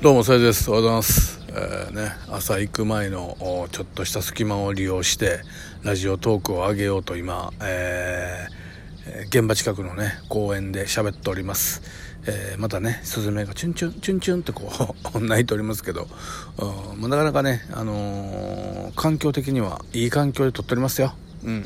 どうもそれです。おはようございます。朝行く前のちょっとした隙間を利用してラジオトークを上げようと今、現場近くのね公園で喋っております。またねスズメがチュンチュンチュンチュンってこう鳴いておりますけど、なかなかね、環境的にはいい環境で撮っておりますよ。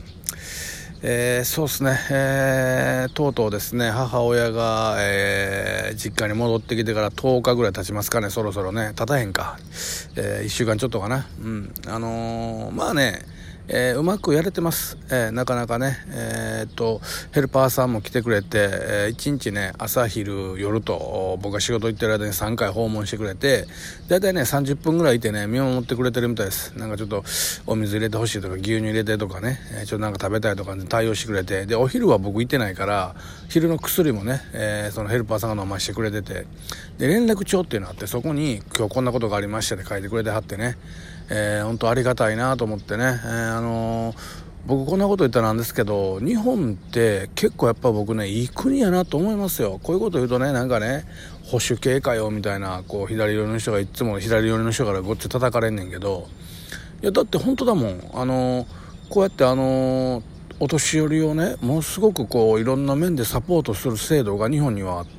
そうですね、とうとうですね母親が、実家に戻ってきてから10日ぐらい経ちますかね。そろそろね経たへんか、1週間ちょっとかな。まあね、うまくやれてます。なかなかね、ヘルパーさんも来てくれて、1日ね朝昼夜と僕が仕事行ってる間に3回訪問してくれて、だいたいね30分ぐらいいてね見守ってくれてるみたいです。なんかちょっとお水入れてほしいとか牛乳入れてとかね、ちょっとなんか食べたいとか、対応してくれて、でお昼は僕行ってないから昼の薬もね、そのヘルパーさんが飲ましてくれてて、で連絡帳っていうのがあって、そこに今日こんなことがありましたって書いてくれてはってね、本当ありがたいなと思ってね。僕こんなこと言ったらなんですけど、日本って結構やっぱ僕ねいい国やなと思いますよ。こういうこと言うとね、なんかね保守系かよみたいな、こう左寄りの人がいつも左寄りの人からごっち叩かれんねんけど、いやだって本当だもん。こうやってお年寄りをねものすごくこういろんな面でサポートする制度が日本にはあって、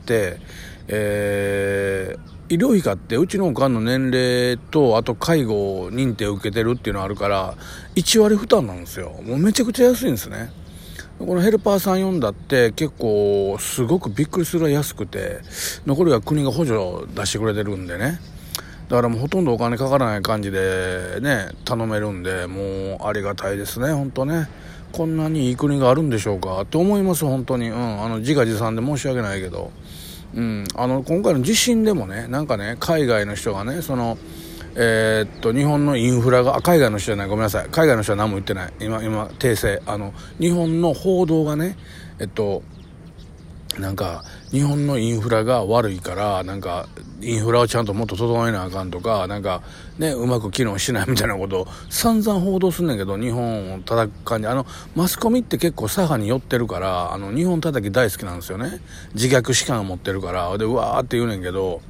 医療費かってうちのおかんの年齢とあと介護認定を受けてるっていうのがあるから1割負担なんですよ。もうめちゃくちゃ安いんですね。このヘルパーさん呼んだって結構すごくびっくりするぐらい安くて、残りは国が補助出してくれてるんでね、だからもうほとんどお金かからない感じでね頼めるんで、もうありがたいですね。本当ね、こんなにいい国があるんでしょうかって思います本当に。自画自賛で申し訳ないけど、今回の地震でもね、なんかね海外の人がね日本のインフラが海外の人じゃない、ごめんなさい、海外の人は何も言ってない、今訂正、日本の報道がねなんか日本のインフラが悪いから、なんかインフラをちゃんともっと整えなあかんとか、なんかねうまく機能しないみたいなことを散々報道すんねんけど、日本を叩く感じ、マスコミって結構左派に寄ってるから、日本叩き大好きなんですよね。自虐史観を持ってるから、でうわーって言うねんけど、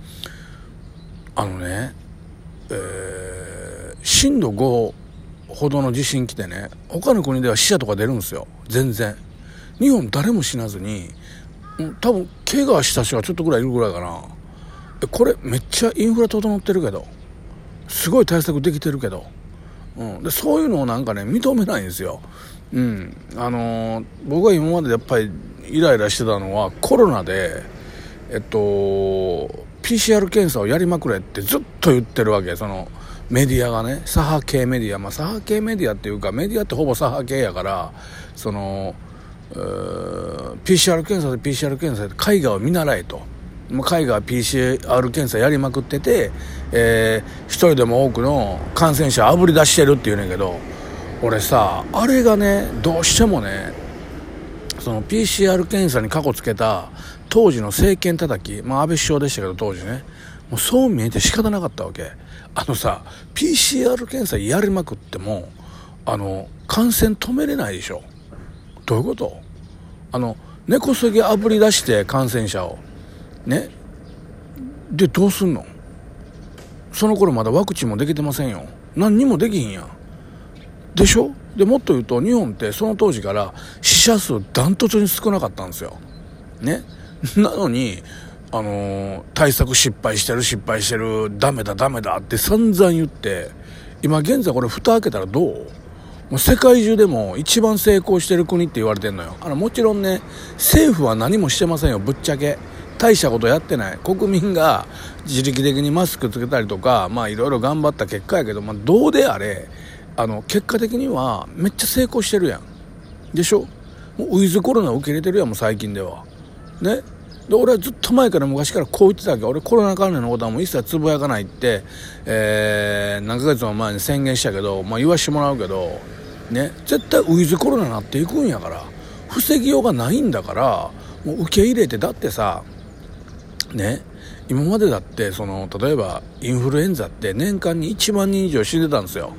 震度5ほどの地震来てね、他の国では死者とか出るんですよ。全然日本誰も死なずに、多分怪我した人がちょっとぐらいいるぐらいかな。これめっちゃインフラ整ってるけど、すごい対策できてるけど、でそういうのをなんかね認めないんですよ。僕が今までやっぱりイライラしてたのは、コロナでPCR 検査をやりまくれってずっと言ってるわけ。そのメディアがね、左派系メディア、左派系メディアっていうか、メディアってほぼ左派系やから、PCR 検査で海外を見習えと。海外は PCR 検査やりまくってて、一人でも多くの感染者あぶり出してるっていうねんけど、俺さあれがねどうしてもね、その PCR 検査に過去つけた当時の政権叩き、安倍首相でしたけど当時ね、もうそう見えて仕方なかったわけ。PCR 検査やりまくっても感染止めれないでしょ。どういうこと？根こそぎあぶり出して感染者をね、でどうすんの？その頃まだワクチンもできてませんよ。何にもできひんやんでしょ。でもっと言うと日本ってその当時から死者数ダントツに少なかったんですよね。なのに対策失敗してるダメだって散々言って、今現在これ蓋開けたらどう？もう世界中でも一番成功してる国って言われてんのよ。もちろんね政府は何もしてませんよ。ぶっちゃけ大したことやってない。国民が自力的にマスクつけたりとかいろいろ頑張った結果やけど、どうであれ結果的にはめっちゃ成功してるやんでしょ。もうウィズコロナを受け入れてるやん、もう最近ではね。で俺はずっと前から昔からこう言ってたわけ。俺コロナ関連のことはもう一切つぶやかないって、何ヶ月も前に宣言したけど、言わしてもらうけどね、絶対ウィズコロナになっていくんやから、防ぎようがないんだから、もう受け入れて。だってさね、今までだって例えばインフルエンザって年間に1万人以上死んでたんですよ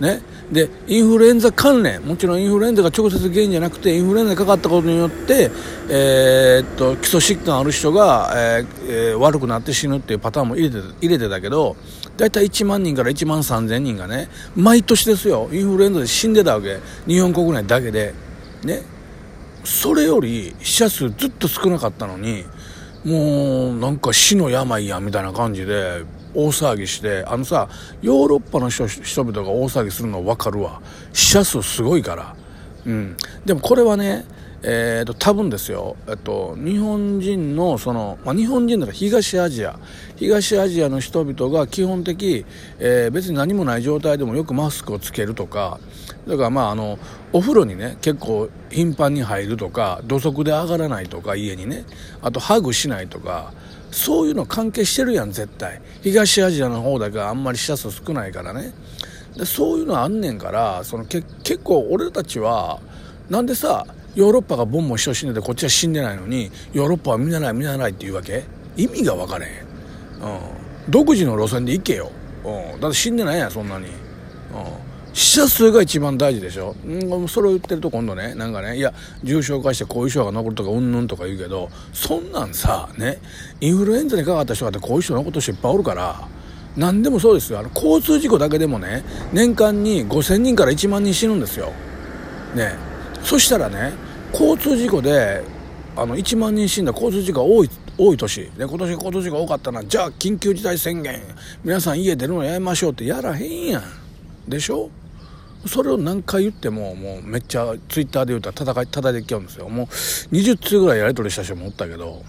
ね。でインフルエンザ関連、もちろんインフルエンザが直接原因じゃなくてインフルエンザにかかったことによって、基礎疾患ある人が、悪くなって死ぬっていうパターンも入れてたけど、だいたい1万人から1万3000人がね毎年ですよインフルエンザで死んでたわけ、日本国内だけでね。それより死者数ずっと少なかったのに、もうなんか死の病やみたいな感じで大騒ぎして、ヨーロッパの人々が大騒ぎするの分かるわ。死者数すごいから。でもこれはね、多分ですよ、日本人の日本人だから東アジアの人々が基本的、別に何もない状態でもよくマスクをつけるとか、だからお風呂にね結構頻繁に入るとか、土足で上がらないとか、家にね、あとハグしないとか、そういうの関係してるやん絶対。東アジアの方だけあんまり死者数少ないからね。でそういうのあんねんから、結構俺たちはなんでさ、ヨーロッパがボンボン人死んでてこっちは死んでないのにヨーロッパは見習いっていうわけ、意味が分かれへん。独自の路線で行けよ。だって死んでないやんそんなに。死者数が一番大事でしょ。それを言ってると今度ね、いや重症化して後遺症が残るとかうんぬんとか言うけど、そんなんさね、インフルエンザにかかった人が後遺症残った人いっぱいおるから。何でもそうですよ。交通事故だけでもね年間に5000人から1万人死ぬんですよね。そしたらね、交通事故で1万人死んだ交通事故が多い年で、今年交通事故が多かったな、じゃあ緊急事態宣言皆さん家出るのやめましょうってやらへんやんでしょ。それを何回言ってももうめっちゃツイッターで言うたら叩いてきちゃうんですよ。もう20通ぐらいやり取りした人もおったけど、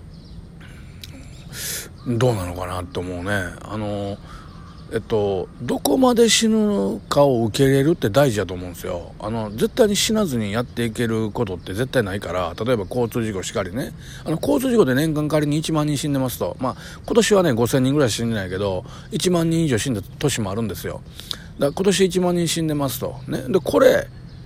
どうなのかなと思うね。どこまで死ぬかを受け入れるって大事だと思うんですよ。絶対に死なずにやっていけることって絶対ないから、例えば交通事故しかりね、交通事故で年間仮に1万人死んでますと、今年はね5000人ぐらい死んでないけど1万人以上死んだ年もあるんですよ。だから今年1万人死んでますとね。でこれ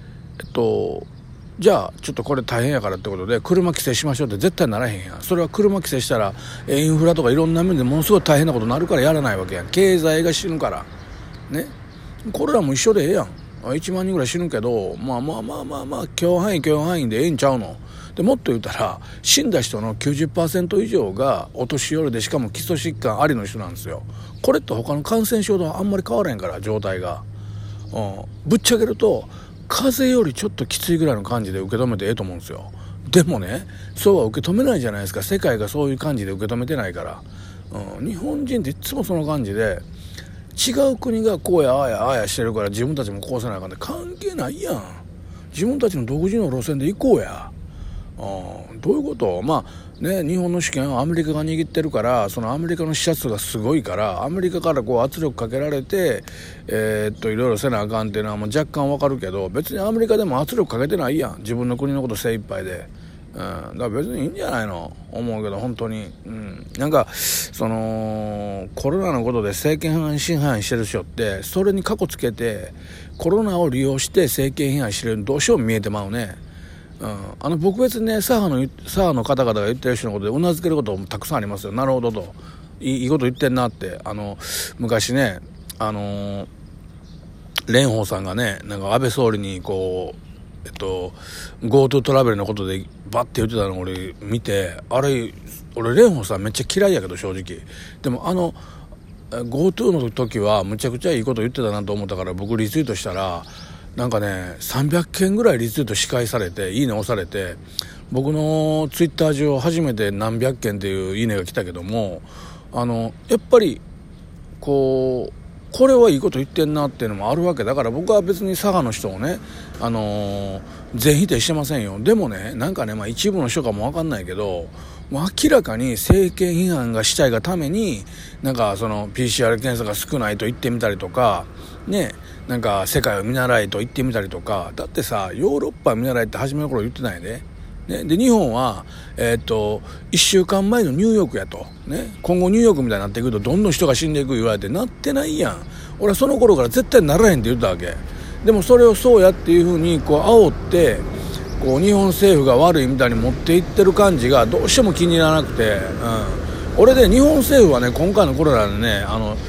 じゃあちょっとこれ大変やからってことで車規制しましょうって絶対ならへんやん。それは車規制したらインフラとかいろんな面でものすごい大変なことになるからやらないわけやん。経済が死ぬからね。これらも一緒でええやん。1万人ぐらい死ぬけど許容範囲でええんちゃうの。でもっと言ったら死んだ人の 90% 以上がお年寄りで、しかも基礎疾患ありの人なんですよ。これって他の感染症とはあんまり変わらへんから状態が、ぶっちゃけると風邪よりちょっときついぐらいの感じで受け止めてええと思うんですよ。でもね、そうは受け止めないじゃないですか。世界がそういう感じで受け止めてないから、日本人っていつもその感じで、違う国がこうやああやしてるから自分たちもこうせなあかんって関係ないやん。自分たちの独自の路線で行こうや。どういうこと。日本の主権はアメリカが握ってるから、そのアメリカの死者数がすごいから、アメリカから圧力かけられていろいろせなあかんっていうのはもう若干わかるけど、別にアメリカでも圧力かけてないやん。自分の国のこと精一杯で、だから別にいいんじゃないの思うけど、本当に、コロナのことで政権批判してる人ってそれに過去つけてコロナを利用して政権批判してる、どうしようも見えてまうね。僕別にね、左派の方々が言ってる人のことでうなずけることもたくさんありますよ。なるほどと、いいこと言ってんなって。昔ね、蓮舫さんがね、安倍総理にGoTo トラベルのことでバッて言ってたのを俺見て、俺蓮舫さんめっちゃ嫌いやけど正直。でもGoTo の時はむちゃくちゃいいこと言ってたなと思ったから僕リツイートしたら、300件ぐらいリツイート仕返されて、いいね押されて、僕のツイッター上初めて何百件っていういいねが来たけども、やっぱりこれはいいこと言ってんなっていうのもあるわけだから、僕は別に左派の人をね全否定してませんよ。でもね、一部の人かも分かんないけど、もう明らかに政権批判がしたいがためにPCR 検査が少ないと言ってみたりとかね、世界を見習いと言ってみたりとか。だってさ、ヨーロッパ見習いって初めの頃言ってないね。で日本は1週間前のニューヨークやとね、今後ニューヨークみたいになっていくとどんどん人が死んでいく言われて、なってないやん。俺はその頃から絶対ならへんって言ったわけ。でもそれをそうやっていう風に煽って日本政府が悪いみたいに持っていってる感じがどうしても気に入らなくて、俺で日本政府はね、今回のコロナでね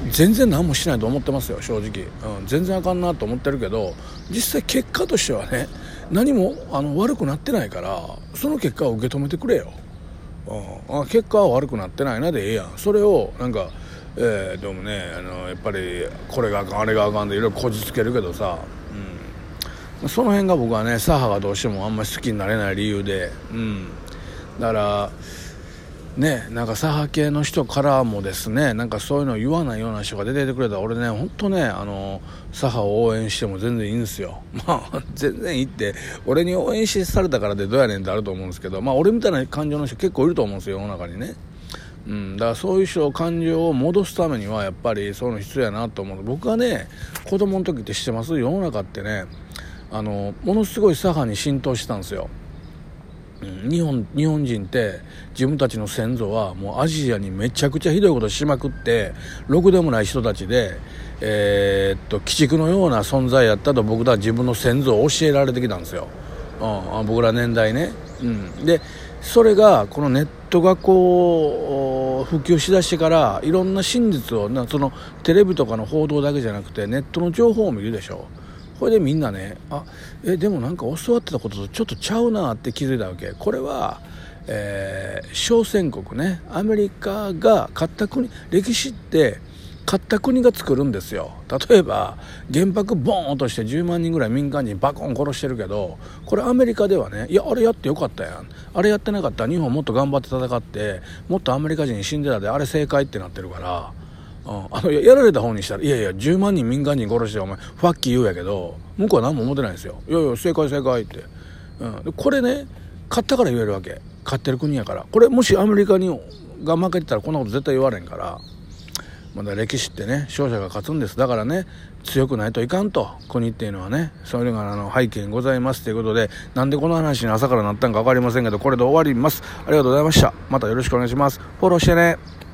全然何もしないと思ってますよ正直、全然あかんなと思ってるけど、実際結果としてはね何も悪くなってないから、その結果を受け止めてくれよ、結果は悪くなってないなでええやん。それをなんか、でもねやっぱりこれがあかんあれがあかんでいろいろこじつけるけどさ、その辺が僕はね左派がどうしてもあんまり好きになれない理由で、だからね、なんか左派系の人からもですね、なんかそういうのを言わないような人が出てくれたら、俺ね本当ね左派を応援しても全然いいんですよ。全然いいって、俺に応援されたからでどうやねんってあると思うんですけど、俺みたいな感情の人結構いると思うんですよ世の中にね。だからそういう人感情を戻すためにはやっぱりそういうの必要やなと思う。僕はね子供の時って知ってます？世の中ってねものすごい左派に浸透してたんですよ。日本人って自分たちの先祖はもうアジアにめちゃくちゃひどいことしまくって、ろくでもない人たちで、鬼畜のような存在やったと僕らは自分の先祖を教えられてきたんですよ、僕ら年代ね、でそれがこのネットがこう普及しだしてから、いろんな真実をそのテレビとかの報道だけじゃなくてネットの情報を見るでしょ。これでみんなね、でもなんか教わってたこととちょっとちゃうなって気づいたわけ。これは、小戦国ね、アメリカが勝った国、歴史って勝った国が作るんですよ。例えば原爆ボーン落として10万人ぐらい民間人バコン殺してるけど、これアメリカではね、いやあれやってよかったやん、あれやってなかったら日本もっと頑張って戦ってもっとアメリカ人死んでたで、あれ正解ってなってるから、やられた方にしたら、いやいや10万人民間人殺してお前ファッキー言うやけど、向こうは何も思ってないんですよ。いやいや正解って、これね勝ったから言えるわけ、勝ってる国やから。これもしアメリカが負けてたらこんなこと絶対言われんから、まだ歴史ってね勝者が勝つんです。だからね強くないといかんと、国っていうのはね、そういうのが背景にございますということで、なんでこの話に朝からなったんか分かりませんけど、これで終わります。ありがとうございました。またよろしくお願いします。フォローしてね。